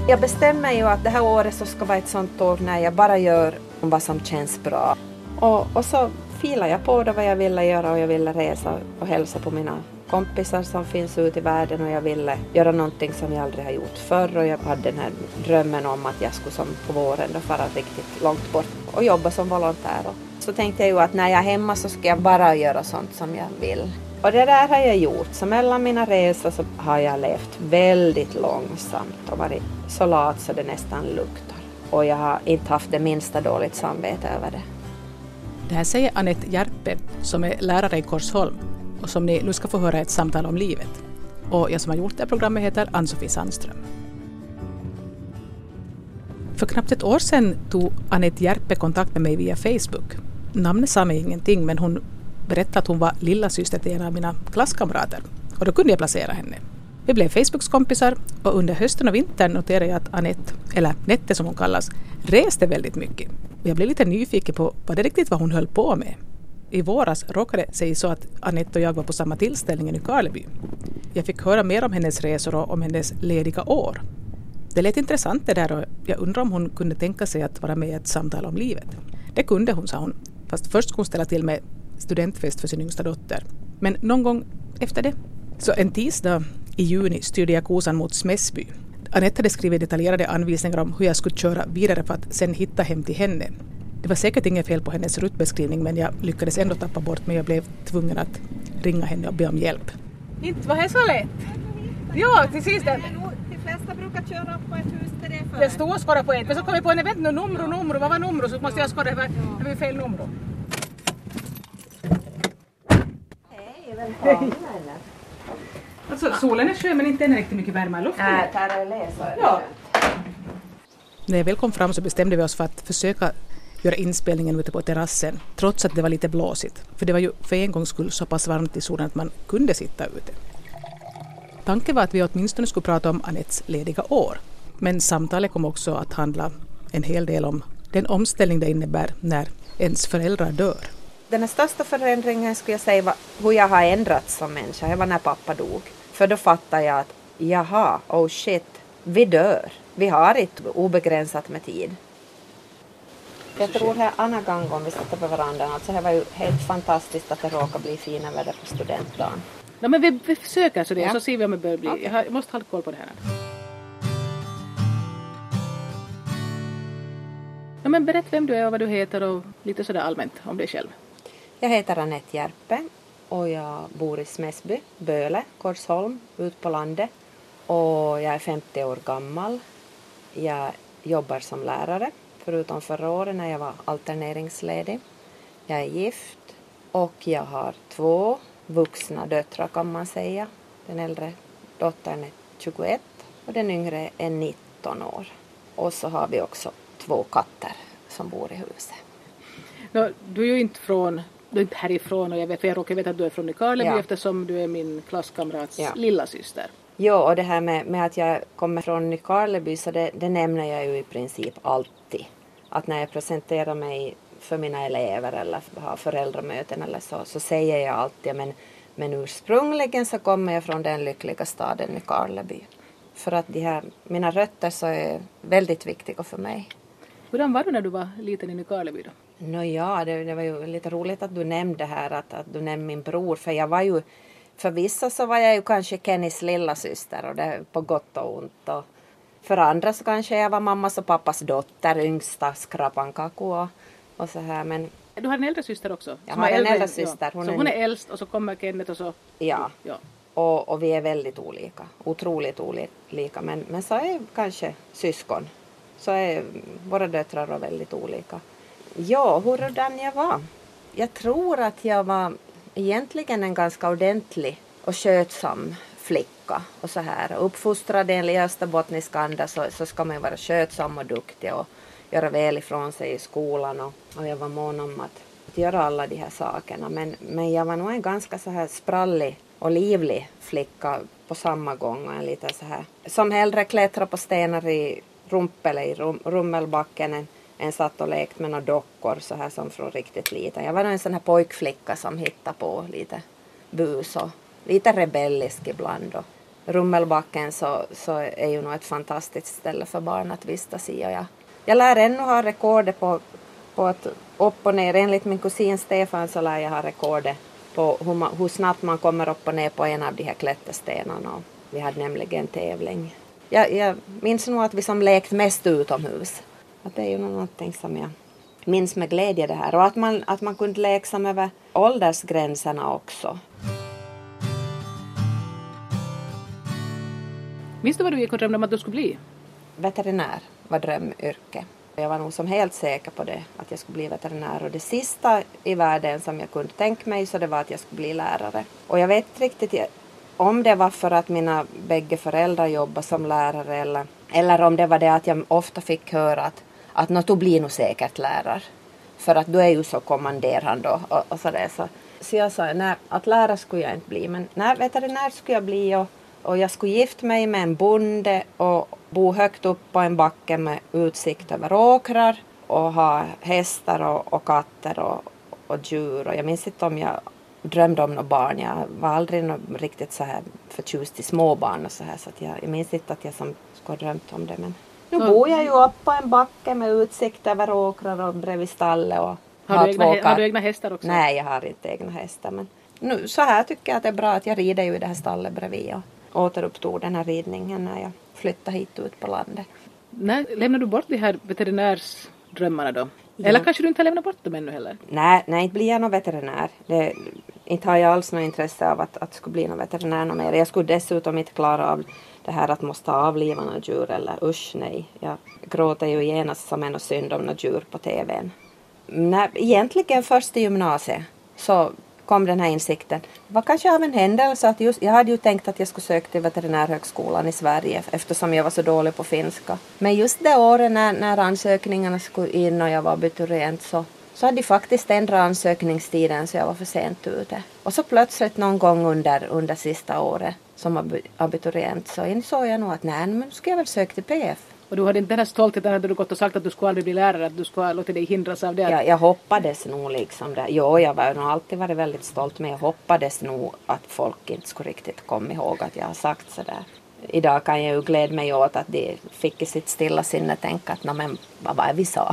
Jag bestämmer ju att det här året så ska vara ett sånt år när jag bara gör vad som känns bra. Och så filar jag på det vad jag ville göra, och jag ville resa och hälsa på mina kompisar som finns ute i världen, och jag ville göra någonting som jag aldrig har gjort förr, och jag hade den här drömmen om att jag skulle som på våren då fara riktigt långt bort och jobba som volontär. Så tänkte jag ju att när jag är hemma så ska jag bara göra sånt som jag vill. Och det där har jag gjort. Så mellan mina resor så har jag levt väldigt långsamt och varit så lat så det nästan luktar. Och jag har inte haft det minsta dåligt samvete över det. Det här säger Anette Järpe som är lärare i Korsholm och som ni nu ska få höra ett samtal om livet. Och jag som har gjort det här programmet heter Ann-Sofie Sandström. För knappt ett år sedan tog Anette Järpe kontakt med mig via Facebook. Namnet sa mig ingenting, men hon berättade att hon var lilla syster till en av mina klasskamrater. Och då kunde jag placera henne. Vi blev Facebooks kompisar, och under hösten och vintern noterade jag att Anette, eller Nette som hon kallas, reste väldigt mycket. Och jag blev lite nyfiken på vad det riktigt var hon höll på med. I våras råkade det sig så att Anette och jag var på samma tillställning i Nykarleby. Jag fick höra mer om hennes resor och om hennes lediga år. Det lät intressant det där, och jag undrar om hon kunde tänka sig att vara med i ett samtal om livet. Det kunde hon, sa hon. Fast först skulle hon ställa till med studentfest för sin yngsta dotter. Men någon gång efter det. Så en tisdag i juni styrde jag kosan mot Smäsby. Anette hade skrivit detaljerade anvisningar om hur jag skulle köra vidare för att sen hitta hem till henne. Det var säkert inget fel på hennes rutbeskrivning, men jag lyckades ändå tappa bort mig och blev tvungen att ringa henne och be om hjälp. Inte var det så lätt? Ja, till sist. De flesta brukar köra på ett hus till det för. Det stod och skåra på ett, men så kom vi på en event, numro, vad var numro? Så måste jag skåra, det var fel numro. Hej, välkommen. Alltså, solen är skön, men inte än riktigt mycket värme i luften. Nej, här är läsare. Ja. När jag väl kom fram så bestämde vi oss för att försöka göra inspelningen ute på terrassen, trots att det var lite blåsigt. För det var ju för en gångs skull så pass varmt i solen att man kunde sitta ute. Tanken var att vi åtminstone skulle prata om Anettes lediga år. Men samtalet kom också att handla en hel del om den omställning det innebär när ens föräldrar dör. Den största förändringen skulle jag säga var hur jag har ändrats som människa. Det var när pappa dog. För då fattade jag att jaha, oh shit, vi dör. Vi har inte obegränsat med tid. Jag tror här andra gången om vi sitter på varandra. Alltså det var ju helt fantastiskt att det råkade bli fina väder på studentdagen. Ja, men vi försöker så det, Ja. så ser vi om det börjar bli. Okay. Jag måste ha koll på det här. Ja, men berätt vem du är och vad du heter och lite sådär allmänt om dig själv. Jag heter Anette Järpe och jag bor i Smäsby, Böle, Korsholm, ut på landet. Och jag är 50 år gammal. Jag jobbar som lärare, förutom förra året när jag var alterneringsledig. Jag är gift och jag har 2 vuxna döttrar kan man säga. Den äldre dottern är 21 och den yngre är 19 år. Och så har vi också 2 katter som bor i huset. No, du är ju inte härifrån och jag råkar veta att du är från Nykarleby eftersom du är min klasskamrats lilla syster. Jo, och det här med att jag kommer från Nykarleby så det nämner jag ju i princip alltid. Att när jag presenterar mig för mina elever eller har föräldramöten eller så säger jag alltid men ursprungligen så kommer jag från den lyckliga staden Nykarleby. För att mina rötter så är väldigt viktiga för mig. Hur var du när du var liten i Nykarleby då? Det var ju lite roligt att du nämnde här att du nämnde min bror. För jag var ju, för vissa så var jag ju kanske Kennys lilla syster och det på gott och ont. Och för andra så kanske jag var mammas och pappas dotter, yngsta skrapankaku och så här. Men du har en äldre syster också? Jag har en äldre syster. Hon är äldst och så kommer Kenneth och så? Ja. Och vi är väldigt olika, otroligt olika. Men så är kanske syskon. Så är våra döttrar väldigt olika. Ja, hurdan jag var. Jag tror att jag var egentligen en ganska ordentlig och skötsam flicka. Och så här. Uppfostrad enligt österbottniska anda så ska man vara skötsam och duktig och göra väl ifrån sig i skolan. Och jag var mån om att göra alla de här sakerna. Men jag var nog en ganska så här sprallig och livlig flicka på samma gång. En lite så här, som hellre klättra på stenar i Rumpele i Rummelbacken en satt och lekt med några dockor så här som från riktigt liten. Jag var en sån här pojkflicka som hittade på lite bus och lite rebellisk ibland. Rummelbacken så är ju nog ett fantastiskt ställe för barn att vistas i. Och jag lär ännu ha rekordet på att upp och ner. Enligt min kusin Stefan så lär jag ha rekordet på hur snabbt man kommer upp och ner på en av de här klätterstenarna. Och vi hade nämligen tävling. Jag minns nog att vi som lekt mest utomhus. Att det är ju någonting som jag minns med glädje det här. Och att man kunde läxa över åldersgränserna också. Minns du vad du gick och drömde om att du skulle bli? Veterinär var drömyrke. Jag var nog som helt säker på det, att jag skulle bli veterinär. Och det sista i världen som jag kunde tänka mig så det var att jag skulle bli lärare. Och jag vet inte riktigt om det var för att mina bägge föräldrar jobbade som lärare eller om det var det att jag ofta fick höra att du blir nog säkert lärare. För att du är ju så kommanderande och sådär. Så jag sa nej, att lärare skulle jag inte bli. Men nej, veterinär skulle jag bli och jag skulle gifta mig med en bonde och bo högt upp på en backe med utsikt över åkrar och ha hästar och katter och djur. Och jag minns inte om jag drömde om några barn. Jag var aldrig riktigt så här förtjust i småbarn och så här. Så att jag minns inte att jag som skulle ha drömt om det. Men nu bor jag ju upp på en backe med utsikt över åkrar och bredvid stallet. Och har du egna hästar också? Nej, jag har inte egna hästar. Men nu så här tycker jag att det är bra att jag rider ju i det här stallet bredvid och återupptog den här ridningen när jag flyttade hit ut på landet. När lämnar du bort de här veterinärsdrömmarna då? Ja. Eller kanske du inte har lämnat bort dem ännu heller? Nej, inte blir jag någon veterinär. Inte har jag alls något intresse av att skulle bli någon veterinär mer. Jag skulle dessutom inte klara av det här att måste avliva några djur eller usch nej. Jag gråter ju genast som en synd om några djur på tvn. Egentligen först i gymnasiet så kom den här insikten. Det var kanske av en händelse att jag hade ju tänkt att jag skulle söka till veterinärhögskolan i Sverige eftersom jag var så dålig på finska. Men just det året när ansökningarna skulle in och jag var abiturient så hade jag faktiskt ändrat ansökningstiden så jag var för sent ute. Och så plötsligt någon gång under sista året som abiturient så insåg jag nog att nej, men ska jag väl söka till PF. Och du hade inte den här stoltheten, hade du gått och sagt att du skulle aldrig bli lärare, att du skulle låta dig hindras av det? Jag hoppades nog liksom det. Jo, jag var nog alltid varit väldigt stolt, men jag hoppades nog att folk inte skulle riktigt komma ihåg att jag har sagt sådär. Idag kan jag ju glädja mig åt att de fick i sitt stilla sinne tänka att men vad var det vi sa?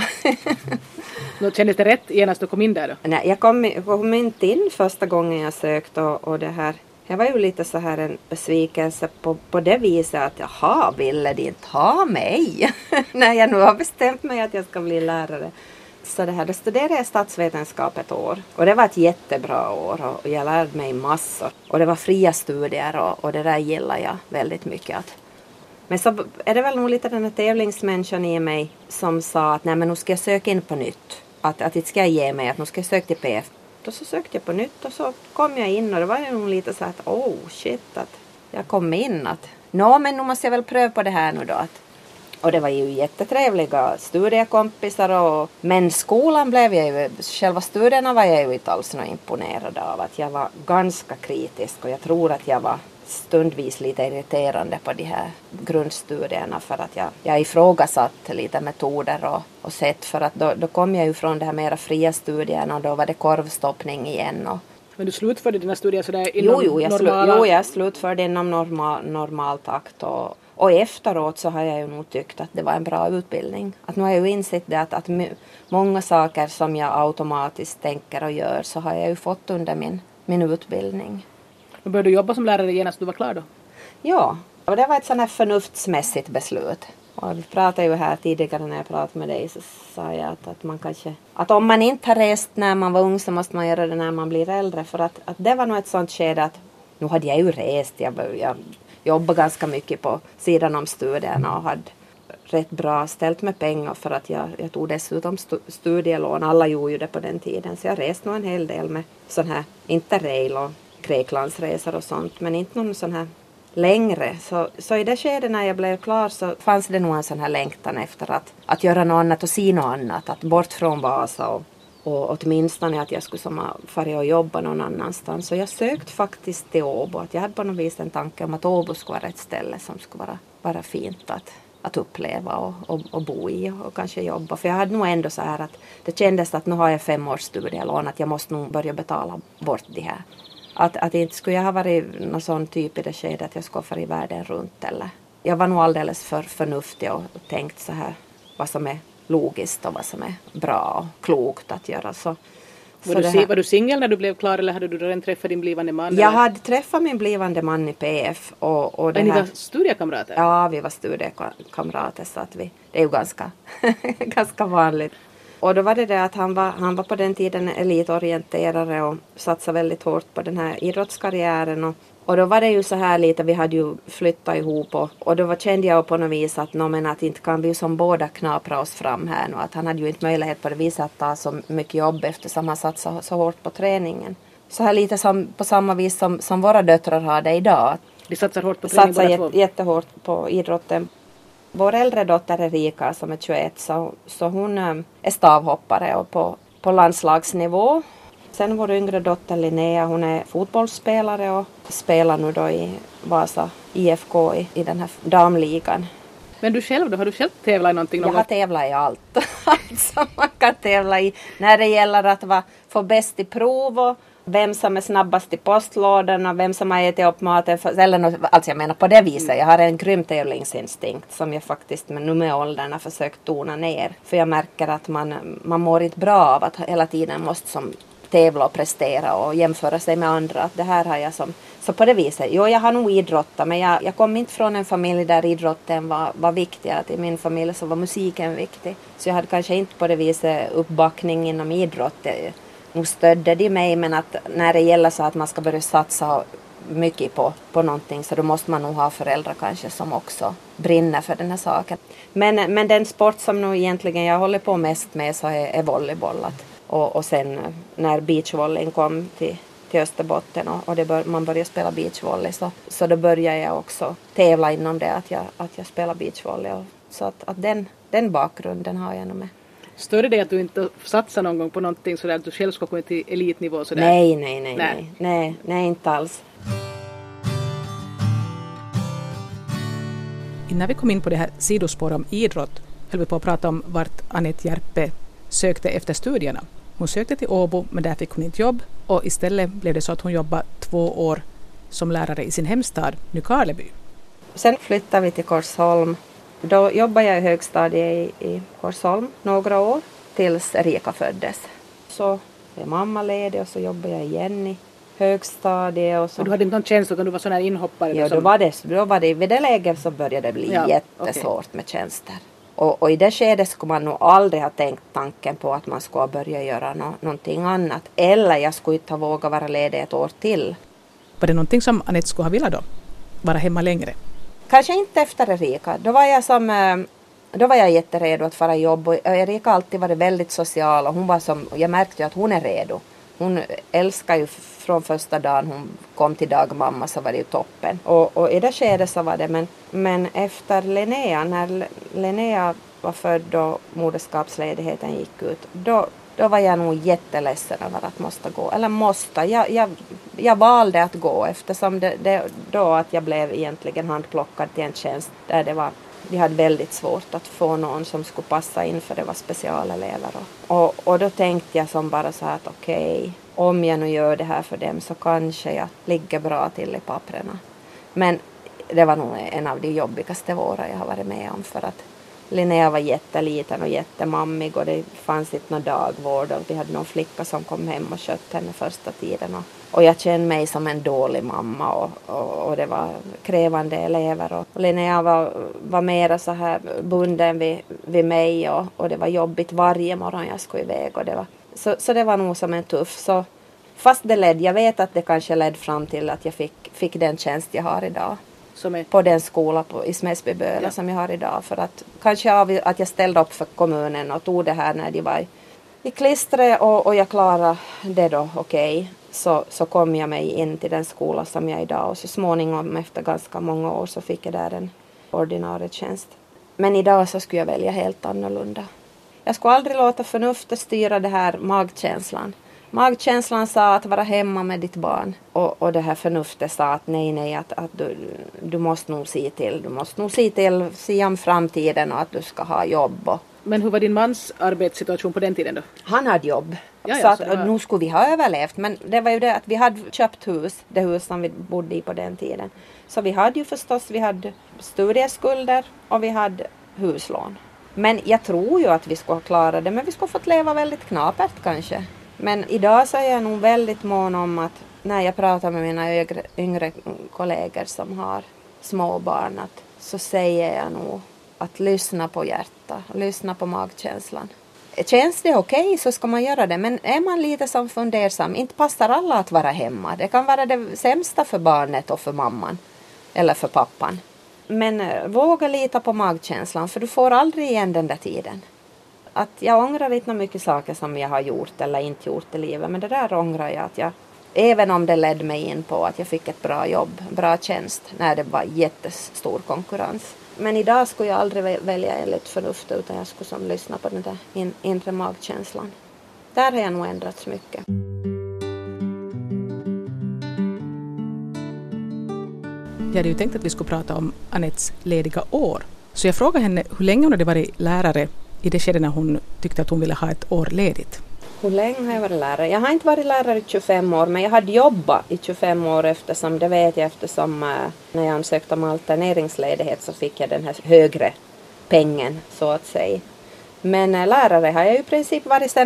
Kändes det rätt genast du kom in där då? Nej, jag kom inte in första gången jag sökte och det här. Jag var ju lite så här en besvikelse på det viset att jaha, ville de inte ha mig? När jag nu har bestämt mig att jag ska bli lärare. Så då studerade jag statsvetenskap ett år. Och det var ett jättebra år och jag lärde mig massor. Och det var fria studier och det där gillar jag väldigt mycket. Men så är det väl nog lite den här tävlingsmänniskan i mig som sa att nej men nu ska jag söka in på nytt. Att inte ska jag ge mig, att nu ska jag söka till PF. Och så sökte jag på nytt och så kom jag in och det var ju nog lite så att att jag kom in att men nu måste jag väl pröva på det här nu då. Och det var ju jättetrevliga studiekompisar men skolan blev jag ju, själva studierna var jag ju inte alls imponerad av. Att jag var ganska kritisk och jag tror att jag var stundvis lite irriterande på de här grundstudierna för att jag ifrågasatt lite metoder och sätt för att då kom jag ju från det här mera fria studierna och då var det korvstoppning igen. Men du slutförde dina studier sådär inom jag slutförde inom normal takt och efteråt så har jag ju nog tyckt att det var en bra utbildning. Att nu har jag ju insett det att många saker som jag automatiskt tänker och gör så har jag ju fått under min utbildning. Och började du jobba som lärare genast du var klar då? Ja, och det var ett sånt här förnuftsmässigt beslut. Och vi pratade ju här tidigare när jag pratade med dig så sa jag att man kanske... Att om man inte har rest när man var ung så måste man göra det när man blir äldre. För att det var nog ett sånt skede att nu hade jag ju rest. Jag jobbade ganska mycket på sidan om studierna och hade rätt bra ställt med pengar för att jag tog dessutom studielån. Alla gjorde ju det på den tiden så jag reste nog en hel del med sån här interrail och Greklandsresor och sånt, men inte någon sån här längre. Så i det skedet när jag blev klar så fanns det nog en sån här längtan efter att göra något annat och se något annat. Att bort från Vasa och åtminstone att jag skulle fara och jobba någon annanstans. Så jag sökte faktiskt till Åbo. Att jag hade på något vis en tanke om att Åbo skulle vara ett ställe som skulle vara fint att uppleva och bo i och kanske jobba. För jag hade nog ändå så här att det kändes att nu har jag 5 års studielån att jag måste nog börja betala bort det här. Att inte skulle jag ha varit någon sån typ i det skedet att jag skulle få i världen runt. Eller. Jag var nog alldeles för förnuftig och tänkt så här vad som är logiskt och vad som är bra och klokt att göra. Var du singel när du blev klar eller hade du redan träffat din blivande man? Jag hade träffat min blivande man i PF. Och ni var studiekamrater? Ja, vi var studiekamrater så att det är ju ganska, ganska vanligt. Och då var det att han var på den tiden elitorienterare och satsade väldigt hårt på den här idrottskarriären. Och då var det ju så här lite, vi hade ju flyttat ihop och då kände jag på något vis att, att inte kan vi ju som båda knapra oss fram här nu. Att han hade ju inte möjlighet på det viset att ta så mycket jobb eftersom han satsade så hårt på träningen. Så här lite på samma vis som våra döttrar har det idag. De satsar hårt på träning båda två? Jättehårt på idrotten. Vår äldre dotter Erika som är 21 så hon är stavhoppare och på landslagsnivå. Sen vår yngre dotter Linnea, hon är fotbollsspelare och spelar nu då i Vasa IFK i den här damligan. Men du själv då? Har du själv tävlat i någonting? Jag har tävlat i allt. Alltså man kan tävla i när det gäller att få bäst i prov och vem som är snabbast i postlådan och vem som har ätit upp maten. Alltså jag menar på det viset. Jag har en grym tävlingsinstinkt som jag faktiskt med åldern har försökt tona ner. För jag märker att man mår inte bra av att hela tiden måste som tävla och prestera och jämföra sig med andra. Att det här har jag som... Så på det viset, jag har nog idrottat men jag kom inte från en familj där idrotten var viktig. Att i min familj så var musiken viktig. Så jag hade kanske inte på det viset uppbackning inom idrott. Nu stödde de mig men att när det gäller så att man ska börja satsa mycket på någonting så då måste man nog ha föräldrar kanske som också brinner för den här saken. Men den sport som nu egentligen jag håller på mest med så är volleyboll. Och sen när beachvolleyn kom till Österbotten och man började spela beachvolley så då började jag också tävla inom det att jag spelar beachvolley. Så att den bakgrunden har jag nog med. Större det att du inte satsar någon gång på någonting sådär att du själv ska komma till elitnivå? Sådär? Nej, inte alls. Innan vi kom in på det här sidospår om idrott höll vi på att prata om vart Anette Järpe sökte efter studierna. Hon sökte till Åbo men där fick hon inte jobb och istället blev det så att hon jobbade 2 år som lärare i sin hemstad Nykarleby. Sen flyttade vi till Korsholm. Då jobbade jag i högstadiet i Korsholm några år tills Erika föddes. Så blev mamma ledig och så jobbade jag igen i högstadiet. Och du hade inte någon tjänst utan du var sån här inhoppare? Ja, då var det vid det läget så började det bli jättesvårt med tjänster. Och i det skedet skulle man nog aldrig ha tänkt tanken på att man skulle börja göra någonting annat. Eller jag skulle inte ha vågat vara ledig 1 år till. Var det någonting som Anette skulle ha velat då? Vara hemma längre? Kanske inte efter Erika. Då var jag jätteredo att fara jobb. Och Erika har alltid varit väldigt social. Och jag märkte ju att hon är redo. Hon älskar ju från första dagen hon kom till dagmamma så var det ju toppen. Och i det skedet så var det. Men efter Linnea, när Linnea var född och moderskapsledigheten gick ut. Då var jag nog jätteledsen över att måste gå. Eller jag valde att gå eftersom då att jag blev egentligen handplockad till en tjänst där vi hade väldigt svårt att få någon som skulle passa in för det var specialelever. Och då tänkte jag som bara så här att okej, om jag nu gör det här för dem så kanske jag ligger bra till i papperna. Men det var nog en av de jobbigaste vårar jag har varit med om för att Linnea var jätteliten och jättemammig och det fanns inte någon dagvård och vi hade någon flicka som kom hem och skötte henne första tiden. Och jag kände mig som en dålig mamma och det var krävande elever. Och Linnea var mera så här bunden vid mig och det var jobbigt varje morgon jag skulle iväg. Och så det var nog som en tuff. Så fast jag vet att det kanske ledde fram till att jag fick den tjänst jag har idag. På den skola i Smäsbyböla som jag har idag. För att kanske att jag ställde upp för kommunen och tog det här när de var i klistret och jag klarade det då okej. Så kom jag mig in till den skola som jag idag och så småningom efter ganska många år så fick jag där en ordinarie tjänst. Men idag så skulle jag välja helt annorlunda. Jag skulle aldrig låta förnuftet styra det här magkänslan. Magkänslan sa att vara hemma med ditt barn och det här förnuftet sa att nej att du måste nog se om framtiden och att du ska ha jobb Men hur var din mans arbetssituation på den tiden då? Han hade jobb. Ja, så att var... nu skulle vi ha överlevt. Men det var ju det att vi hade köpt det hus som vi bodde i på den tiden. Så vi hade ju förstås, vi hade studieskulder och vi hade huslån. Men jag tror ju att vi skulle ha klarat det. Men vi skulle ha fått leva väldigt knapert kanske. Men idag så är jag nog väldigt mån om att när jag pratar med mina yngre kollegor som har små barn, så säger jag nog att lyssna på hjärtat, lyssna på magkänslan. Känns det okej så ska man göra det, men är man lite som fundersam, inte passar alla att vara hemma. Det kan vara det sämsta för barnet och för mamman eller för pappan. Men våga lita på magkänslan, för du får aldrig igen den där tiden. Att jag ångrar inte mycket saker som jag har gjort eller inte gjort i livet, men det där ångrar jag att jag, även om det ledde mig in på att jag fick ett bra jobb, bra tjänst, när det var jättestor konkurrens. Men idag skulle jag aldrig välja enligt förnuft, utan jag skulle som lyssna på den där inre magkänslan. Där har jag nog ändrats mycket. Jag hade ju tänkt att vi skulle prata om Anettes lediga år. Så jag frågade henne hur länge hon hade varit lärare i det skede när hon tyckte att hon ville ha ett år ledigt. Hur länge har jag varit lärare? Jag har inte varit lärare i 25 år, men jag hade jobbat i 25 år eftersom när jag ansökte om alterneringsledighet så fick jag den här högre pengen så att säga. Men lärare har jag i princip varit sedan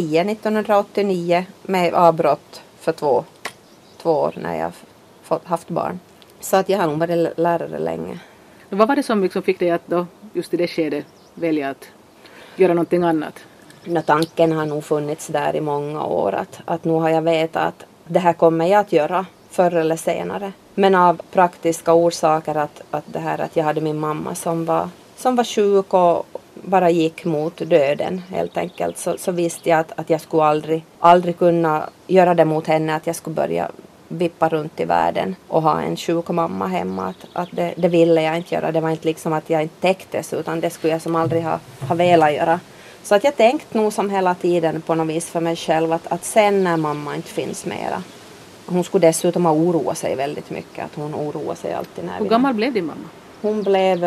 1989 med avbrott för två år när jag haft barn. Så att jag har nog varit lärare länge. Vad var det som liksom fick dig att då just i det skedet välja att göra någonting annat? Tanken har nog funnits där i många år att nu har jag vetat att det här kommer jag att göra förr eller senare. Men av praktiska orsaker att jag hade min mamma som var sjuk och bara gick mot döden helt enkelt, så visste jag att jag skulle aldrig kunna göra det mot henne, att jag skulle börja vippa runt i världen och ha en sjuk mamma hemma. Att det ville jag inte göra. Det var inte liksom att jag inte täcktes, utan det skulle jag som aldrig ha velat göra. Så att jag tänkte nog som hela tiden på något vis för mig själv att sen när mamma inte finns mera. Hon skulle dessutom ha oroat sig väldigt mycket. Att hon oroar sig alltid. Hur gammal blev din mamma? Hon blev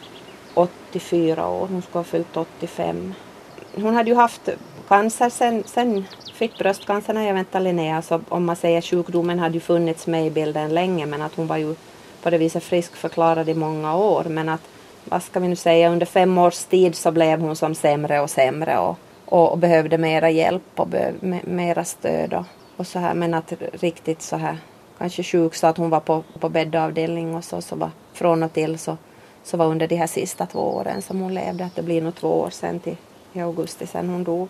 84 år. Hon skulle ha fyllt 85. Hon hade ju haft cancer sen fick bröstcancer när jag väntade Linnea. Så om man säger sjukdomen hade ju funnits med i bilden länge. Men att hon var ju på det viset friskförklarad i många år. Men att vad ska vi nu säga, under 5 års tid så blev hon som sämre och sämre och behövde mera hjälp och mera stöd och så här. Men att riktigt så här kanske sjuk så att hon var på bäddavdelning och så var från och till så var under de här sista 2 åren som hon levde, att det blir nog 2 år sedan i augusti sedan hon dog.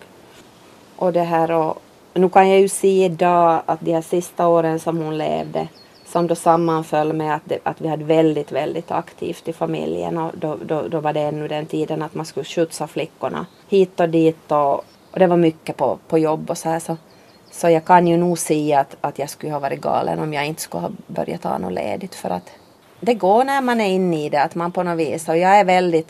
Och det här, och nu kan jag ju se idag att de här sista åren som hon levde, som då sammanföll med att vi hade väldigt, väldigt aktivt i familjen. Och då var det ännu den tiden att man skulle skjutsa flickorna hit och dit. Och det var mycket på jobb och så här. Så jag kan ju nog säga att jag skulle ha varit galen om jag inte skulle ha börjat ta något ledigt. För att det går när man är inne i det, att man på något vis. Och jag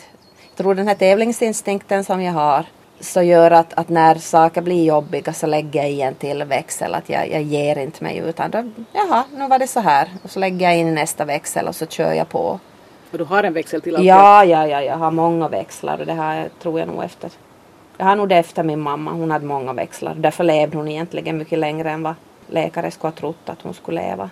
tror den här tävlingsinstinkten som jag har, så gör att när saker blir jobbiga så lägger jag igen till växel. Att jag ger inte mig, utan då, nu var det så här. Och så lägger jag in nästa växel och så kör jag på. Och du har en växel till allt? Ja, jag har många växlar. Och det här tror jag nog efter. Jag har nog det efter min mamma. Hon hade många växlar. Därför levde hon egentligen mycket längre än vad läkare skulle ha trott att hon skulle leva.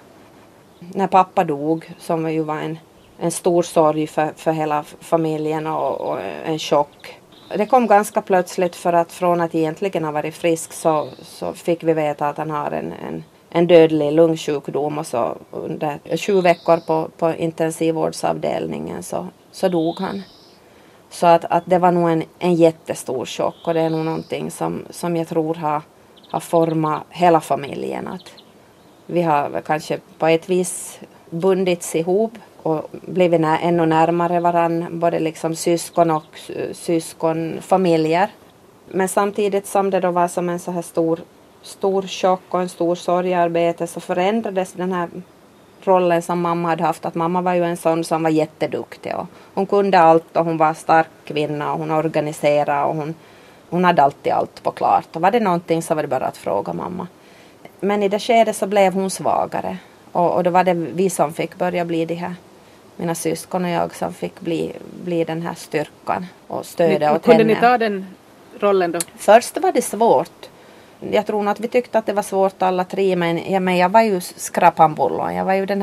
När pappa dog, som ju var en stor sorg för hela familjen och en chock. Det kom ganska plötsligt, för att från att egentligen ha varit frisk så fick vi veta att han har en dödlig lungsjukdom, och så under 7 veckor på intensivvårdsavdelningen så dog han. Så att det var nog en jättestor chock, och det är nog någonting som jag tror har format hela familjen. Att vi har kanske på ett vis bundits ihop och blivit ännu närmare varann, både liksom syskon och syskonfamiljer. Men samtidigt som det då var som en så här stor chock och en stor sorgarbete, så förändrades den här rollen som mamma hade haft. Att mamma var ju en sån som var jätteduktig, och hon kunde allt, och hon var stark kvinna, och hon organiserade, och hon hade alltid allt på klart. Och var det någonting så var det bara att fråga mamma. Men i det skedet så blev hon svagare, och då var det vi som fick börja bli de här mina syskon och jag som fick bli den här styrkan och stödet åt kunde henne. Ni ta den rollen då? Först var det svårt. Jag tror nog att vi tyckte att det var svårt alla tre, men jag var ju skrapanbullon. Jag var ju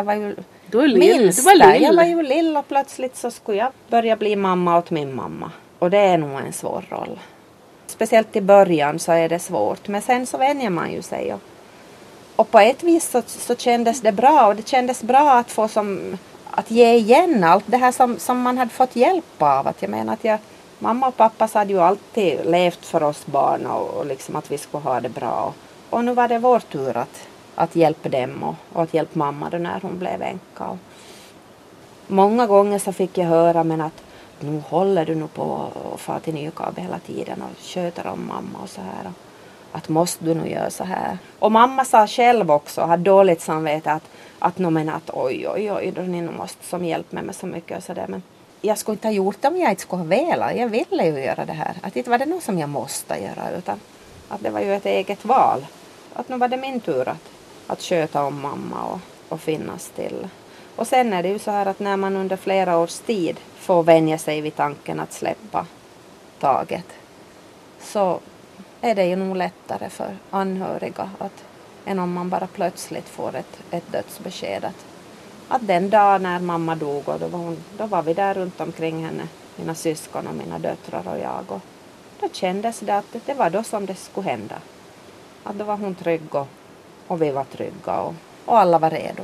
minsta. Jag var ju lill och plötsligt så skulle jag börja bli mamma åt min mamma. Och det är nog en svår roll. Speciellt i början så är det svårt, men sen så vänjer man ju sig. Och på ett vis så kändes det bra, och det kändes bra att få att ge igen allt det här som man hade fått hjälp av. Att jag menar att mamma och pappa hade ju alltid levt för oss barn och liksom att vi skulle ha det bra. Och nu var det vår tur att hjälpa dem och att hjälpa mamma då när hon blev änka. Många gånger så fick jag höra men att nu håller du nu på att fara till Nykabi hela tiden och sköter om mamma och så här. Att måste du nu göra så här. Och mamma sa själv också, hade dåligt samvete att oj, då ni måste som hjälpa mig med så mycket och sådär. Men jag skulle inte ha gjort det om jag inte skulle ha velat. Jag ville ju göra det här. Att inte var det något som jag måste göra, utan att det var ju ett eget val. Att nu var det min tur att sköta om mamma och finnas till. Och sen är det ju så här att när man under flera års tid får vänja sig vid tanken att släppa taget, så är det ju nog lättare för anhöriga än om man bara plötsligt får ett dödsbesked. Att den dag när mamma dog, och då var vi där runt omkring henne, mina syskon och mina döttrar och jag. Och då kändes det att det var då som det skulle hända. Att då var hon trygg och vi var trygga och alla var redo.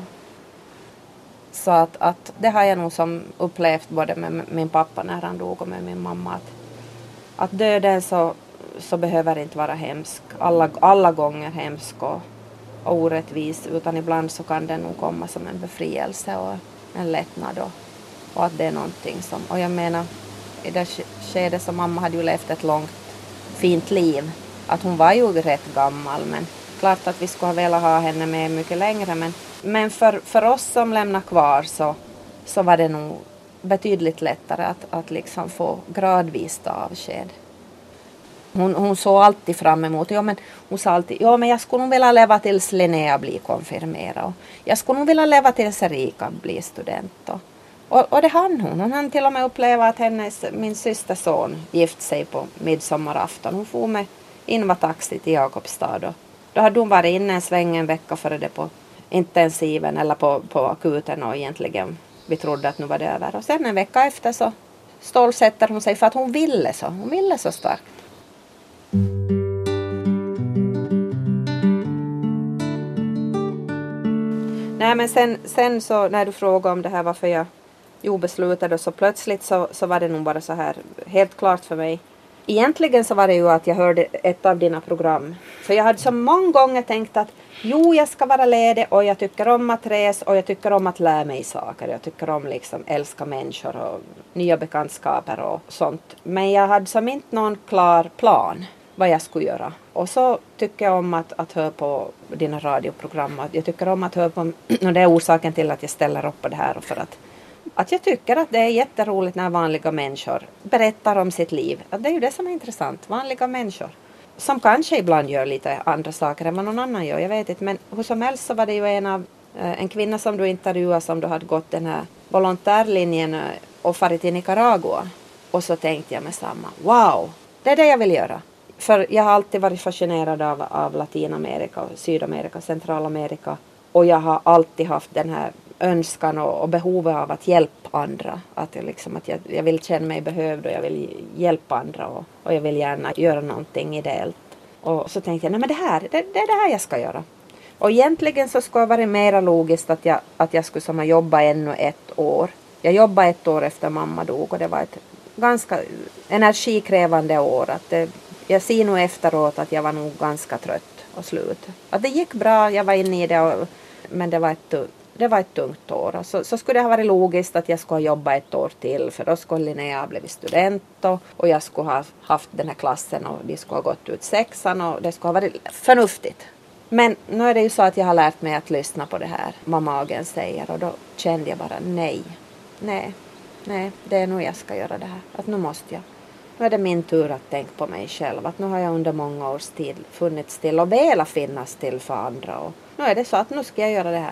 Så att det har jag nog som upplevt både med min pappa när han dog och med min mamma. Att döden så behöver inte vara hemsk. Alla gånger hemsk och orättvis. Utan ibland så kan den nog komma som en befrielse och en lättnad. Och att det är någonting som... Och jag menar, i det skedet som mamma hade ju levt ett långt fint liv. Att hon var ju rätt gammal, men klart att vi skulle ha velat ha henne med mycket längre. Men för oss som lämnar kvar så var det nog betydligt lättare att liksom få gradvis avsked. Hon såg alltid fram emot, men hon sa alltid, men jag skulle nog vilja leva tills Linnea blir konfirmerad. Och jag skulle nog vilja leva tills Erika blir student. Och det hann hon. Hon hann till och med uppleva att min systerson gift sig på midsommarafton. Hon får med invataxi till Jakobstad. Då hade hon varit inne en sväng en vecka före det på intensiven eller på akuten, och egentligen vi trodde att nu var det över. Och sen en vecka efter så stålsätter hon sig för att hon ville så. Hon ville så starkt. Nej, men sen så när du frågade om det här varför jag beslutade, så plötsligt så var det nog bara så här helt klart för mig. Egentligen så var det ju att jag hörde ett av dina program. För jag hade så många gånger tänkt att jag ska vara ledig och jag tycker om att resa och jag tycker om att lära mig saker. Jag tycker om liksom älska människor och nya bekantskaper och sånt. Men jag hade som inte någon klar plan vad jag skulle göra. Och så tycker jag om att höra på dina radioprogram. Jag tycker om att höra på, och det är orsaken till att jag ställer upp på det här. Och för att jag tycker att det är jätteroligt när vanliga människor berättar om sitt liv. Att det är ju det som är intressant. Vanliga människor. Som kanske ibland gör lite andra saker än vad någon annan gör. Jag vet inte. Men hur som helst så var det ju en kvinna som du intervjuade som du hade gått den här volontärlinjen och farit till Nicaragua. Och så tänkte jag med samma. Wow! Det är det jag vill göra. För jag har alltid varit fascinerad av Latinamerika, Sydamerika, Centralamerika. Och jag har alltid haft den här önskan och behovet av att hjälpa andra. Att jag vill känna mig behövd och jag vill hjälpa andra. Och jag vill gärna göra någonting ideellt. Och så tänkte jag, nej men det är det här jag ska göra. Och egentligen så skulle det vara mer logiskt att jag skulle som jobba ännu ett år. Jag jobbade ett år efter mamma dog och det var ett ganska energikrävande år. Jag ser nog efteråt att jag var nog ganska trött och slut. Att det gick bra, jag var inne i det, men det var ett tungt år. Så skulle det ha varit logiskt att jag skulle ha jobbat ett år till, för då skulle Linnea ha blivit student och jag skulle ha haft den här klassen och de skulle ha gått ut 6:an och det skulle ha varit förnuftigt. Men nu är det ju så att jag har lärt mig att lyssna på det här vad magen säger, och då kände jag bara nej, det är nog jag ska göra det här. Att nu måste jag. Nu är det min tur att tänka på mig själv. Att nu har jag under många års tid funnits till och velat finnas till för andra. Och nu är det så att nu ska jag göra det här.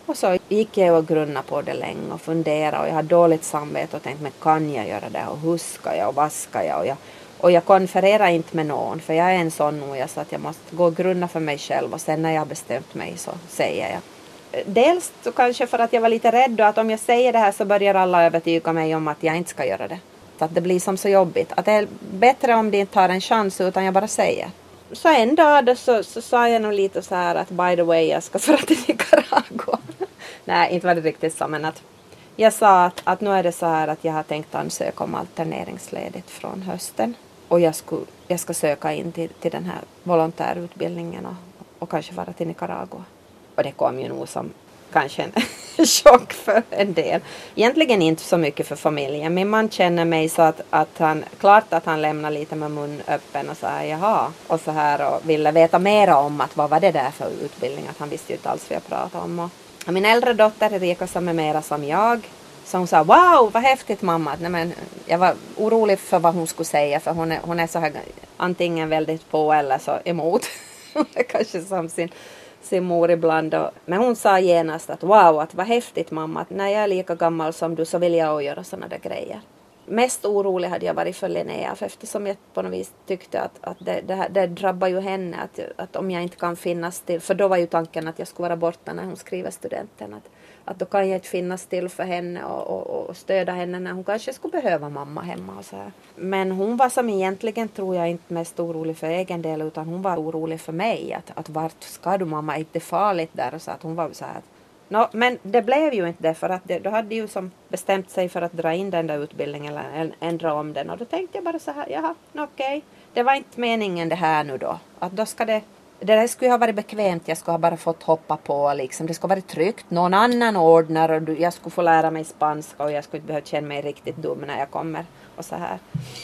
Och så gick jag och grunnade på det länge och funderade och jag hade dåligt samvete och tänkte, men kan jag göra det och hur ska jag och vad ska jag? Och jag konfererar inte med någon, för jag är en sån nog så att jag måste gå och grunna för mig själv och sen när jag har bestämt mig så säger jag. Dels så kanske för att jag var lite rädd då, att om jag säger det här så börjar alla övertyga mig om att jag inte ska göra det. Så att det blir som så jobbigt. Att det är bättre om det inte tar en chans utan jag bara säger. Så en dag då så sa jag nog lite så här att by the way jag ska föra till Nicaragua. Nej, inte var det riktigt så, men att jag sa att nu är det så här att jag har tänkt ansöka om alterneringsledigt från hösten. Och jag ska söka in till den här volontärutbildningen och kanske vara till Nicaragua. Och det kom ju nog som kanske en chock för en del. Egentligen inte så mycket för familjen. Min man känner mig så att klart att han lämnar lite med mun öppen och säger jaha. Och så här och ville veta mera om att vad var det där för utbildning. Att han visste ju inte alls vad jag pratade om. Och min äldre dotter Erika som är mera som jag. Så hon sa, wow, vad häftigt mamma. Nej, men jag var orolig för vad hon skulle säga. För hon är så här antingen väldigt på eller så emot. Kanske som sin mor ibland. Men hon sa genast att wow, att vad häftigt mamma. Att när jag är lika gammal som du så vill jag göra sådana där grejer. Mest orolig hade jag varit för Linnea. För eftersom jag på något vis tyckte att det drabbar ju henne. Att om jag inte kan finnas till. För då var ju tanken att jag skulle vara borta när hon skriver studenten. Att då kan jag inte finnas till för henne och stödja henne när hon kanske skulle behöva mamma hemma och så här. Men hon var som egentligen tror jag inte mest orolig för egen del utan hon var orolig för mig. Att vart ska du mamma, är inte farligt där och så att hon var så här. Men det blev ju inte det för att då hade ju som bestämt sig för att dra in den där utbildningen eller ändra om den. Och då tänkte jag bara så här, jaha, okej. Det var inte meningen det här nu då. Att då ska det där skulle ha varit bekvämt, jag skulle ha bara fått hoppa på liksom. Det skulle ha varit tryggt, någon annan ordnar och jag skulle få lära mig spanska och jag skulle inte behöva känna mig riktigt dum när jag kommer och så här.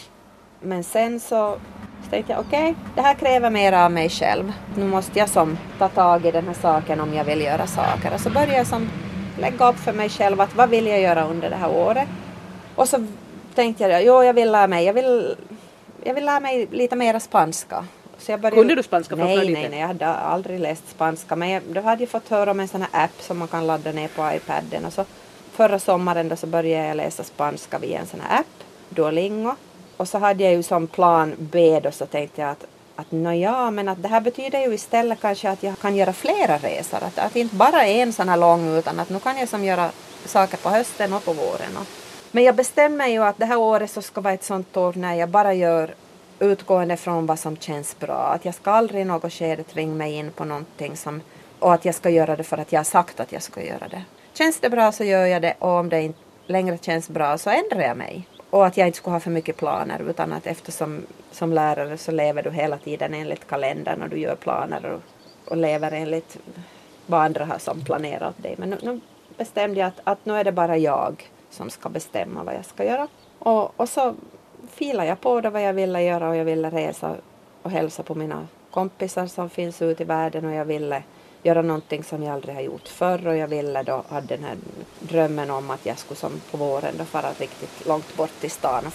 Men sen så tänkte jag okej, det här kräver mer av mig själv. Nu måste jag som ta tag i den här saken om jag vill göra saker. Och så började jag som lägga upp för mig själv att vad vill jag göra under det här året. Och så tänkte jag, jag vill lära mig, jag vill lära mig lite mer spanska. Så jag började... Kunde du spanska? Nej, jag hade aldrig läst spanska. Men då hade jag fått höra om en sån här app som man kan ladda ner på iPaden. Och så förra sommaren då så började jag läsa spanska via en sån här app, Duolingo. Och så hade jag ju som plan B då så tänkte jag att men att det här betyder ju istället kanske att jag kan göra flera resor. Att inte bara en sån här lång utan att nu kan jag som göra saker på hösten och på våren. Men jag bestämmer ju att det här året så ska vara ett sånt år när jag bara gör utgående från vad som känns bra. Att jag ska aldrig i något skede tvinga mig in på någonting och att jag ska göra det för att jag har sagt att jag ska göra det. Känns det bra så gör jag det och om det inte längre känns bra så ändrar jag mig. Och att jag inte ska ha för mycket planer utan att eftersom som lärare så lever du hela tiden enligt kalendern och du gör planer och lever enligt vad andra har som planerat dig. Men nu bestämde jag att nu är det bara jag som ska bestämma vad jag ska göra. Och så filade jag på det vad jag ville göra och jag ville resa och hälsa på mina kompisar som finns ute i världen och jag ville göra någonting som jag aldrig har gjort förr och jag ville då ha den här drömmen om att jag skulle som på våren då fara riktigt långt bort till stan och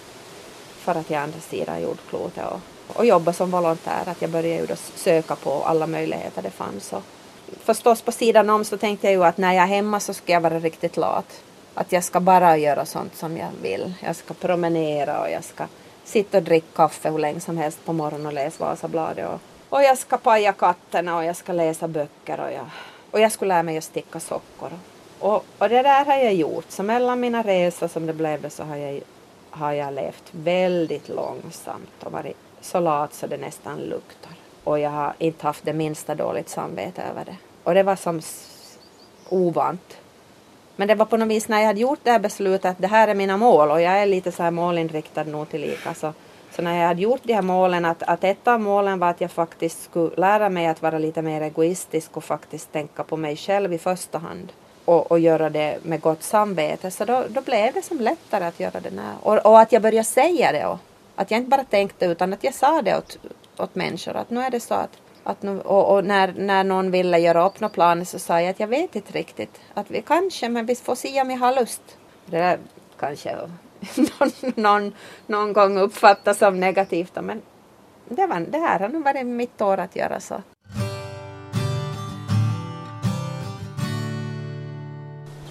fara till andra sidan jordklotet och jobba som volontär. Att jag började ju då söka på alla möjligheter det fanns. Och förstås på sidan om så tänkte jag ju att när jag är hemma så ska jag vara riktigt lat. Att jag ska bara göra sånt som jag vill. Jag ska promenera och jag ska sitta och dricka kaffe hur länge som helst på morgonen och läsa Vasabladet. Och jag ska paja katterna och jag ska läsa böcker och jag skulle lära mig att sticka sockor. Och det där har jag gjort. Så mellan mina resor som det blev det så har jag levt väldigt långsamt och varit så lat så det nästan luktar. Och jag har inte haft det minsta dåligt samvete över det. Och det var som ovant. Men det var på något vis när jag hade gjort det här beslutet att det här är mina mål och jag är lite så här målinriktad nog till lika. Så när jag hade gjort de här målen att ett av målen var att jag faktiskt skulle lära mig att vara lite mer egoistisk och faktiskt tänka på mig själv i första hand. Och göra det med gott samvete. Så då blev det som lättare att göra det här. Och att jag började säga det. Att jag inte bara tänkte utan att jag sa det åt människor. Att nu är det så att nu, och när någon ville göra upp några planer så sa jag att jag vet inte riktigt. Att vi kanske, men vi får se om jag har lust. Det där kanske någon gång uppfattas som negativt. Men det här har nog varit mitt år att göra så.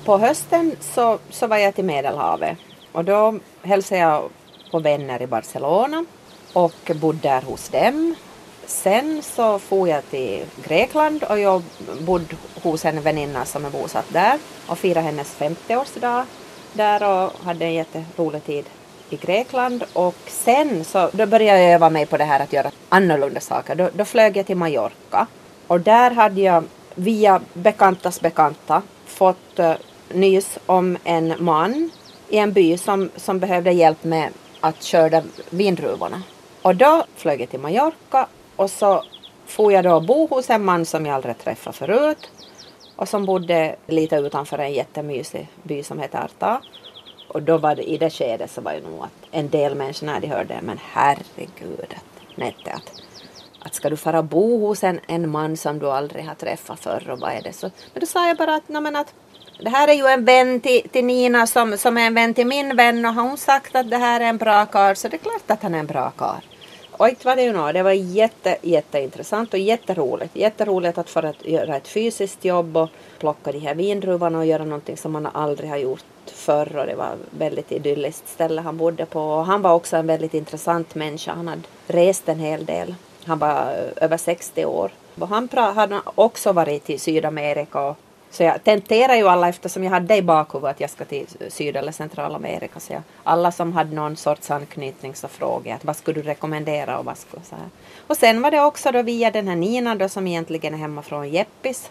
på hösten så var jag till Medelhavet. Och då hälsade jag på vänner i Barcelona och bodde där hos dem. Sen så for jag till Grekland och jag bodde hos en väninna som är bosatt där. Och firade hennes 50-årsdag där och hade en jätterolig tid i Grekland. Och sen så då började jag öva mig på det här att göra annorlunda saker. Då flög jag till Mallorca. Och där hade jag via bekantas bekanta fått nys om en man i en by som behövde hjälp med att köra vindruvorna. Och då flög jag till Mallorca och så får jag då bo hos en man som jag aldrig träffat förut. Och som bodde lite utanför en jättemysig by som heter Arta. Och då var det i det skedet så var det nog att en del människor när de hörde, men herregud, att ska du fara bo hos en man som du aldrig har träffat förr och vad är det så? Men då sa jag bara att det här är ju en vän till Nina som är en vän till min vän och har hon sagt att det här är en bra karl så det är klart att han är en bra karl. Och inte var det ju något, det var jätteintressant och jätteroligt att få göra ett fysiskt jobb och plocka de här vindruvarna och göra någonting som man aldrig har gjort förr och det var väldigt idylliskt ställe han bodde på och han var också en väldigt intressant människa, han hade rest en hel del. Han var över 60 år. Och han hade också varit i Sydamerika. Så jag tenterar ju alla eftersom jag hade i bakhuvudet att jag ska till Syd- eller Centralamerika. Så alla som hade någon sorts anknytning så frågade jag att vad skulle du rekommendera och vad skulle så här. Och sen var det också då via den här Nina då som egentligen är hemma från Jeppis.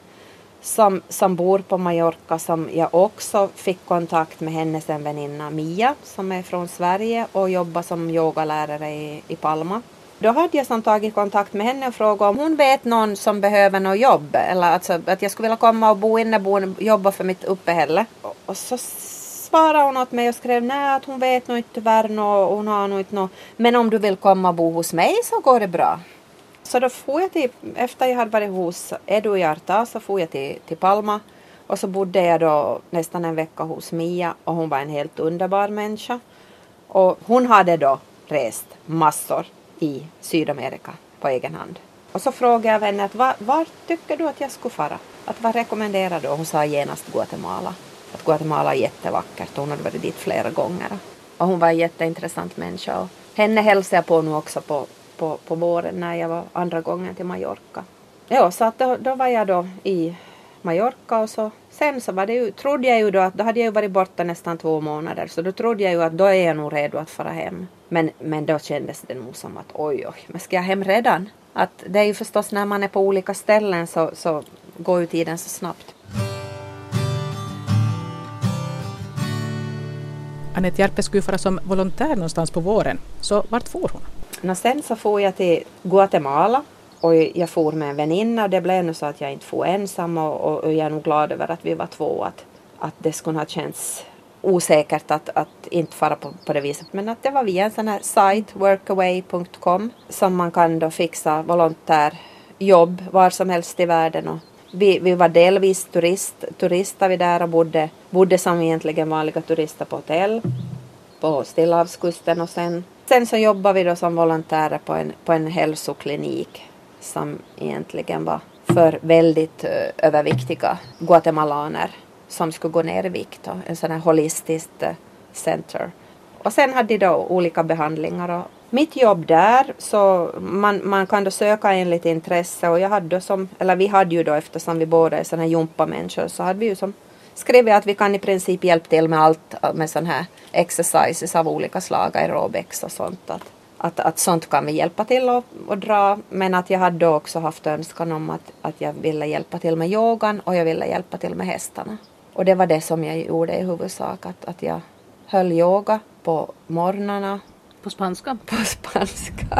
Som bor på Mallorca som jag också fick kontakt med hennes en väninna Mia som är från Sverige och jobbar som yogalärare i Palma. Då hade jag som tagit kontakt med henne och frågat om hon vet någon som behöver något jobb. Eller alltså, att jag skulle vilja komma och bo jobba för mitt uppehälle. Och så svarade hon åt mig och skrev nej att hon vet nog inte tyvärr något. Hon har nog inte något. Men om du vill komma och bo hos mig så går det bra. Så då får jag efter jag hade varit hos Edu i Arta så får jag till Palma. Och så bodde jag då nästan en vecka hos Mia och hon var en helt underbar människa. Och hon hade då rest massor i Sydamerika på egen hand. Och så frågade jag henne att var tycker du att jag skulle fara? Att vad rekommenderar du? Och hon sa genast Guatemala. Att Guatemala är jättevackert. Hon hade varit dit flera gånger. Och hon var en jätteintressant människa. Och henne hälsade jag på nu också på våren när jag var andra gången till Mallorca. Ja, så att då var jag då i Mallorca och så. Sen så var det ju, trodde jag ju då att då hade jag ju varit borta nästan 2 månader. Så då trodde jag ju att då är jag nog redo att fara hem. Men då kändes det nog som att oj, men ska jag hem redan? Att det är ju förstås när man är på olika ställen så går ju tiden så snabbt. Anette Järpe skulle fara som volontär någonstans på våren. Så vart får hon? Sen så får jag till Guatemala. Och jag for med en väninna och det blev nu så att jag inte får ensam och jag är nog glad över att vi var 2. Att det skulle ha känts osäkert att inte fara på det viset. Men att det var via en sån här sajt, workaway.com, som man kan då fixa volontärjobb var som helst i världen. Och vi var delvis turister vi där och bodde som egentligen vanliga turister på hotell på Stillahavskusten. Och sen så jobbade vi då som volontärer på en hälsoklinik som egentligen var för väldigt överviktiga guatemalaner som skulle gå ner i vikt. En sån här holistiskt center. Och sen hade de då olika behandlingar. Och mitt jobb där så man kan då söka enligt intresse. Och jag hade vi hade ju då eftersom vi båda är såna här jumpamänniskor så hade vi ju som skrivit att vi kan i princip hjälpa till med allt med sån här exercises av olika slag, aerobics och sånt. Att sånt kan vi hjälpa till och dra. Men att jag hade också haft önskan om att jag ville hjälpa till med yogan och jag ville hjälpa till med hästarna. Och det var det som jag gjorde i huvudsak. Att jag höll yoga på morgnarna. På spanska? På spanska.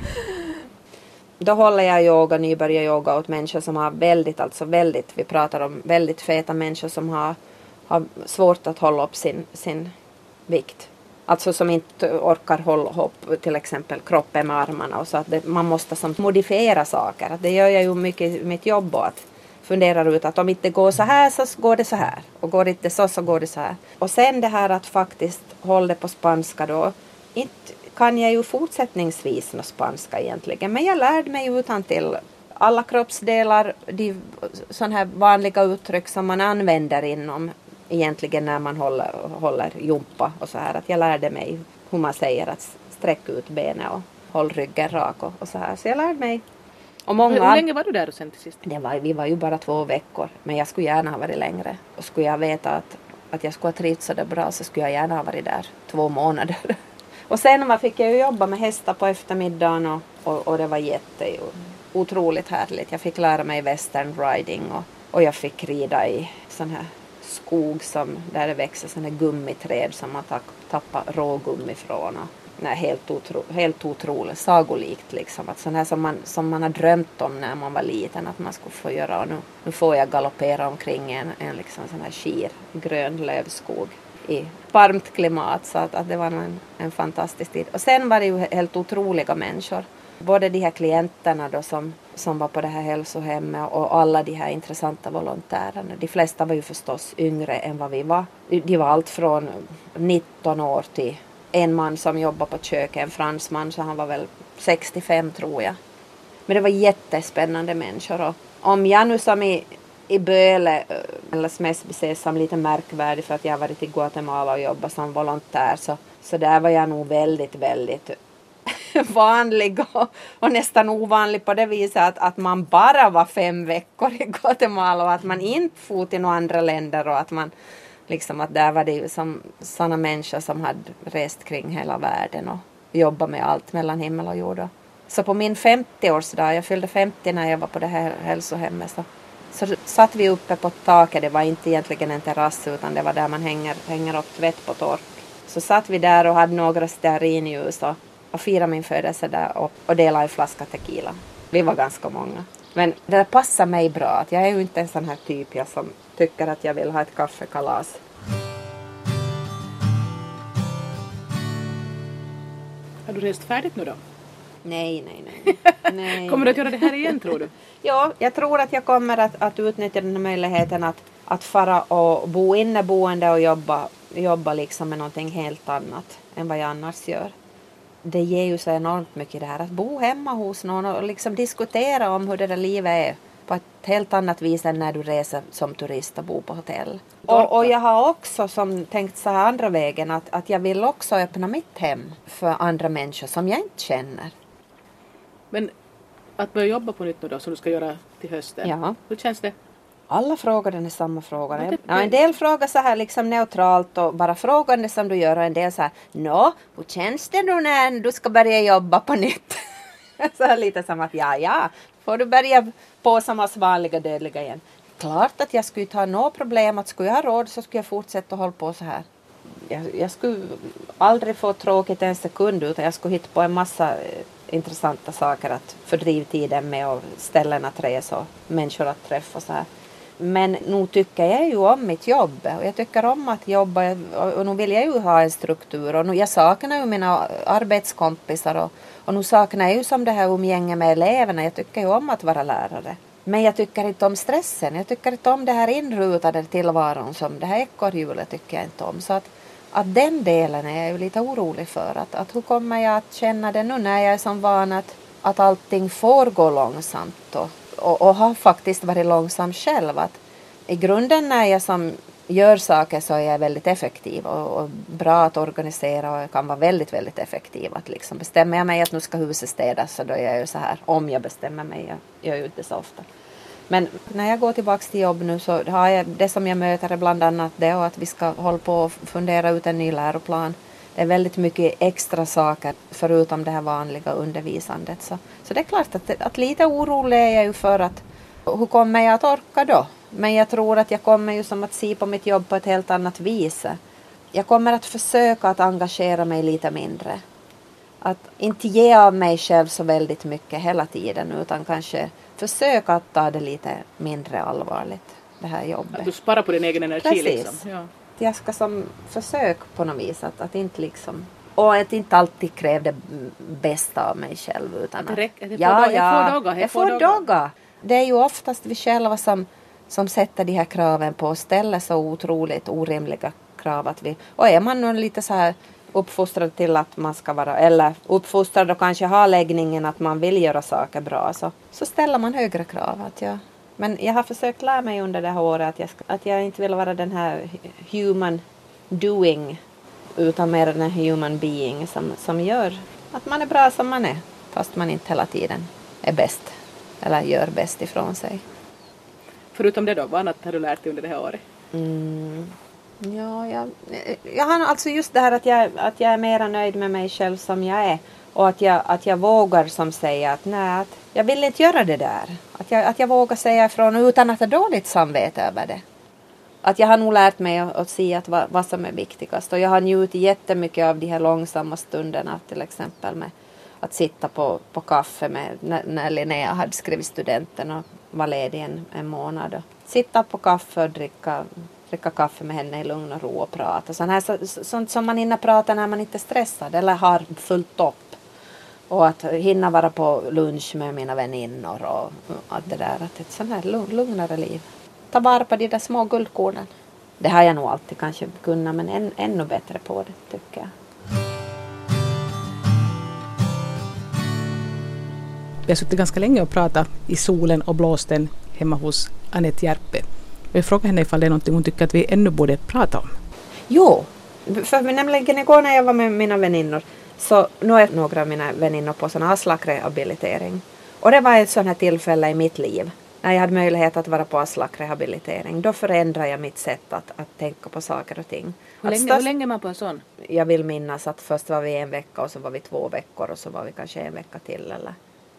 Då håller jag nybörjaryoga åt människor som har vi pratar om väldigt feta människor som har svårt att hålla upp sin vikt. Alltså som inte orkar hålla upp till exempel kroppen med armarna och så att man måste som modifiera saker. Att det gör jag ju mycket i mitt jobb och att fundera ut att om inte går så här så går det så här och går det inte så går det så här. Och sen det här att faktiskt hålla det på spanska då, inte kan jag ju fortsättningsvis något spanska egentligen, men jag lärde mig utan till alla kroppsdelar, de sådana här vanliga uttryck som man använder inom egentligen när man håller jumpa och så här. Att jag lärde mig hur man säger att sträck ut benen och håll ryggen rak och så här. Så jag lärde mig. Och Hur länge var du där sen till sist? Vi var ju bara 2 veckor. Men jag skulle gärna ha varit längre. Och skulle jag veta att jag skulle ha trivts så där bra så skulle jag gärna ha varit där 2 månader. Och sen fick jag ju jobba med hästar på eftermiddagen och det var otroligt härligt. Jag fick lära mig western riding och jag fick rida i sån här skog där det växer sån här gummiträd som man tappar rågummi från. Nej, helt otroligt, sagolikt liksom. Att sån här som man har drömt om när man var liten att man skulle få göra. Och nu får jag galoppera omkring en liksom sån här grön lövskog i varmt klimat. Så att det var en fantastisk tid. Och sen var det ju helt otroliga människor. Både de här klienterna då som var på det här hälsohemmet och alla de här intressanta volontärerna. De flesta var ju förstås yngre än vad vi var. De var allt från 19 år till en man som jobbade på köket, en fransman, så han var väl 65 tror jag. Men det var jättespännande människor. Och om jag nu som i Böle eller mest ses som lite märkvärdig för att jag har varit i Guatemala och jobbat som volontär så där var jag nog väldigt, väldigt vanlig och nästan ovanlig på det viset att man bara var 5 veckor i Guatemala och att man inte for till några andra länder och att man liksom att där var det ju som sådana människor som hade rest kring hela världen och jobbat med allt mellan himmel och jord. Så på min 50-årsdag, jag fyllde 50 när jag var på det här hälsohemmet så satt vi uppe på taket. Det var inte egentligen en terrass utan det var där man hänger upp tvätt på tork. Så satt vi där och hade några stearinljus och firade min födelsedag och delade en flaska tequila. Vi var ganska många. Men det passar mig bra. Att jag är ju inte en sån här typ som tycker att jag vill ha ett kaffekalas. Har du rest färdigt nu då? Nej. Kommer du att göra det här igen tror du? Ja, jag tror att jag kommer att utnyttja den här möjligheten att fara och bo inneboende och jobba liksom med någonting helt annat än vad jag annars gör. Det ger ju så enormt mycket det här att bo hemma hos någon och liksom diskutera om hur det där livet är på ett helt annat vis än när du reser som turist och bor på hotell. Och jag har också som tänkt så här andra vägen att jag vill också öppna mitt hem för andra människor som jag inte känner. Men att börja jobba på nytt nu då som du ska göra till hösten. Ja. Hur känns det? Alla frågar den är samma fråga. Ja, en del frågar så här liksom neutralt och bara frågande som du gör och en del så här hur känns det nu när du ska börja jobba på nytt? Så här lite som att ja, får du börja på som oss vanliga dödliga igen. Klart att jag skulle ta något problem att skulle jag ha råd så skulle jag fortsätta hålla på så här. Jag skulle aldrig få tråkigt en sekund utan jag skulle hitta på en massa intressanta saker att fördriva tiden med och ställen att resa och människor att träffa och så här. Men nu tycker jag ju om mitt jobb och jag tycker om att jobba och nu vill jag ju ha en struktur och nu jag saknar ju mina arbetskompisar och nu saknar jag ju som det här umgänge med eleverna. Jag tycker ju om att vara lärare. Men jag tycker inte om stressen. Jag tycker inte om det här inrutade tillvaron som det här ekorrhjulet tycker jag inte om. Så att den delen är jag ju lite orolig för. Att hur kommer jag att känna det nu när jag är som van att allting får gå långsamt och har faktiskt varit långsam själv. Att i grunden när jag som gör saker så är jag väldigt effektiv och bra att organisera och jag kan vara väldigt, väldigt effektiv. Att liksom bestämmer jag mig att nu ska huset städas så då är jag ju så här. Om jag bestämmer mig, jag gör ju inte så ofta. Men när jag går tillbaka till jobb nu så har jag det som jag möter är bland annat det och att vi ska hålla på och fundera ut en ny läroplan. Det är väldigt mycket extra saker förutom det här vanliga undervisandet. Så det är klart att lite orolig är jag ju för att hur kommer jag att orka då? Men jag tror att jag kommer ju som att se på mitt jobb på ett helt annat vis. Jag kommer att försöka att engagera mig lite mindre. Att inte ge av mig själv så väldigt mycket hela tiden utan kanske försöka att ta det lite mindre allvarligt, det här jobbet. Att du sparar på din egen energi. Precis. Liksom. Ja. Jag ska som försök på något vis att inte liksom och att inte alltid kräva det bästa av mig själv utan jag får dagar. Det är ju oftast vi själva som sätter de här kraven på och ställer så otroligt orimliga krav att och är man nu lite så här uppfostrad till att man ska vara eller uppfostrad och kanske ha läggningen att man vill göra saker bra så ställer man högre krav att Men jag har försökt lära mig under det här året att jag inte vill vara den här human doing utan mer den human being som gör att man är bra som man är fast man inte hela tiden är bäst eller gör bäst ifrån sig. Förutom det då, vad annat har du lärt dig under det här året? Ja, jag har alltså just det här att jag är mer nöjd med mig själv som jag är och att jag vågar som säga att nej, att jag vill inte göra det där. Att jag vågar säga ifrån utan att ha dåligt samvete över det. Att jag har nog lärt mig att se att vad som är viktigast. Och jag har njutit jättemycket av de här långsamma stunderna. Till exempel med att sitta på kaffe när Linnea hade skrivit studenten och var ledig en månad. Och sitta på kaffe och dricka kaffe med henne i lugn och ro och prata. Sånt som man hinner prata när man inte är stressad eller har fullt upp. Och att hinna vara på lunch med mina väninnor och allt det där. Att ett sånt här lugnare liv. Ta vara på de där små guldkornen. Det har jag nog alltid kanske kunnat, men ännu bättre på det tycker jag. Vi har suttit ganska länge och pratat i solen och blåsten hemma hos Anette Järpe. Jag frågade henne ifall det är någonting hon tycker att vi ännu borde prata om. Jo, för nämligen igår när jag var med mina väninnor så nu är några av mina väninnor på sån Aslak-rehabilitering. Och det var ett sånt här tillfälle i mitt liv när jag hade möjlighet att vara på Aslak-rehabilitering. Då förändrade jag mitt sätt att tänka på saker och ting. Hur länge är man på en sån? Jag vill minnas att först var vi 1 vecka och så var vi 2 veckor och så var vi kanske 1 vecka till eller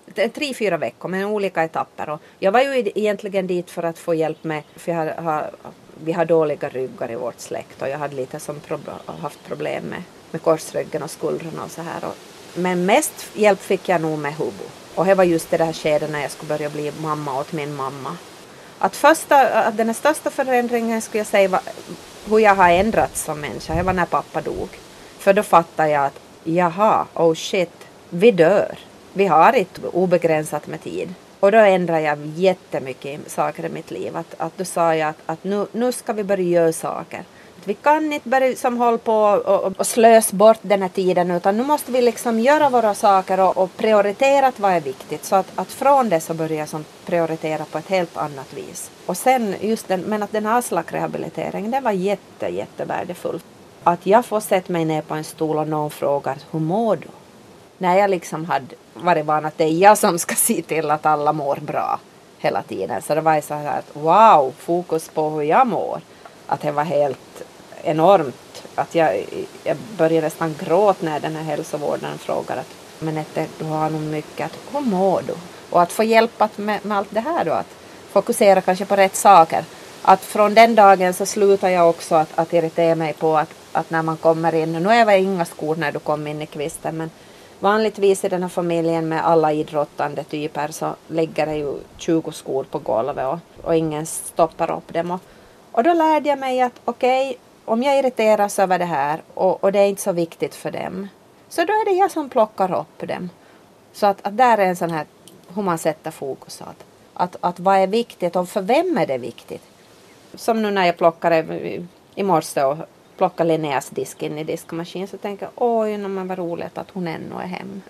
3-4 veckor med olika etapper. Och jag var ju egentligen dit för att få hjälp med, för vi har dåliga ryggar i vårt släkt och jag hade lite haft problem med korsryggen och skuldrorna och så här. Men mest hjälp fick jag nog med Hubu. Och det var just det där skedet när jag skulle börja bli mamma åt min mamma. Att den största förändringen skulle jag säga var hur jag har ändrats som människa. Det var när pappa dog. För då fattade jag att oh shit, vi dör. Vi har inte obegränsat med tid. Och då ändrade jag jättemycket saker i mitt liv. Att då sa jag att nu ska vi börja göra saker. Att vi kan inte börja som hålla på och slösa bort den här tiden. Utan nu måste vi liksom göra våra saker och prioritera vad är viktigt. Så att från det så börjar jag som prioritera på ett helt annat vis. Och sen men att den här Aslak-rehabiliteringen, det var jättevärdefullt. Att jag får sätta mig ner på en stol och någon frågar, hur mår du? När jag liksom hade varit van att det är jag som ska se till att alla mår bra hela tiden. Så det var så här att wow, fokus på hur jag mår. Att det var helt enormt. Att jag började nästan gråta när den här hälsovården frågade att men du har nog mycket, att hur mår du? Och att få hjälpa med allt det här då, att fokusera kanske på rätt saker. Att från den dagen så slutar jag också att irritera mig på att när man kommer in, nu är det inga skor när du kommer in i kvisten, men vanligtvis i den här familjen med alla idrottande typer så lägger det ju 20 skor på golvet och ingen stoppar upp dem. Och då lärde jag mig att okej, om jag irriteras över det här och det är inte så viktigt för dem, så då är det jag som plockar upp dem. Så att där är en sån här, hur man sätter fokus att vad är viktigt och för vem är det viktigt. Som nu när jag plockade i morse och plockade Linneas disk in i diskmaskin, så tänker jag, oj, men vad roligt att hon ännu är hem.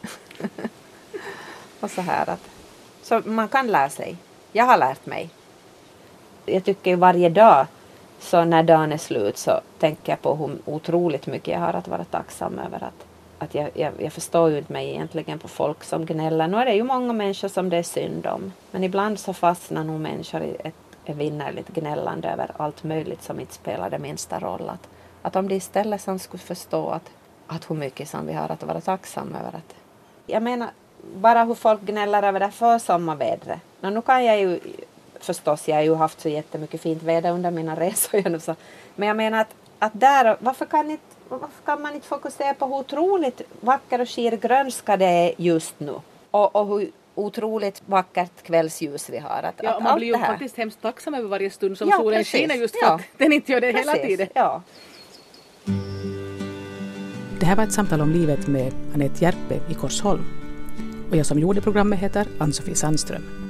Och så här så man kan lära sig. Jag har lärt mig. Jag tycker varje dag, så när dagen är slut så tänker jag på hur otroligt mycket jag har att vara tacksam över. Att jag förstår ju inte mig egentligen på folk som gnäller. Nu är det ju många människor som det är synd om. Men ibland så fastnar nog människor i ett vinnerligt gnällande över allt möjligt som inte spelar det minsta roll. Att om det istället som skulle förstå att hur mycket som vi har att vara tacksam över. Jag menar, bara hur folk gnäller över det för sommarvädret. Nu kan jag ju förstås, jag har ju haft så jättemycket fint väder under mina resor. Men jag menar att där, varför kan man inte fokusera på hur otroligt vacker och skir grönska det är just nu. Och hur otroligt vackert kvällsljus vi har. Man blir ju faktiskt hemskt tacksam över varje stund som solen skiner just för att den inte gör det hela tiden. Ja. Det här var ett samtal om livet med Anette Järpe i Korsholm. Och jag som gjorde programmet heter Ann-Sofie Sandström.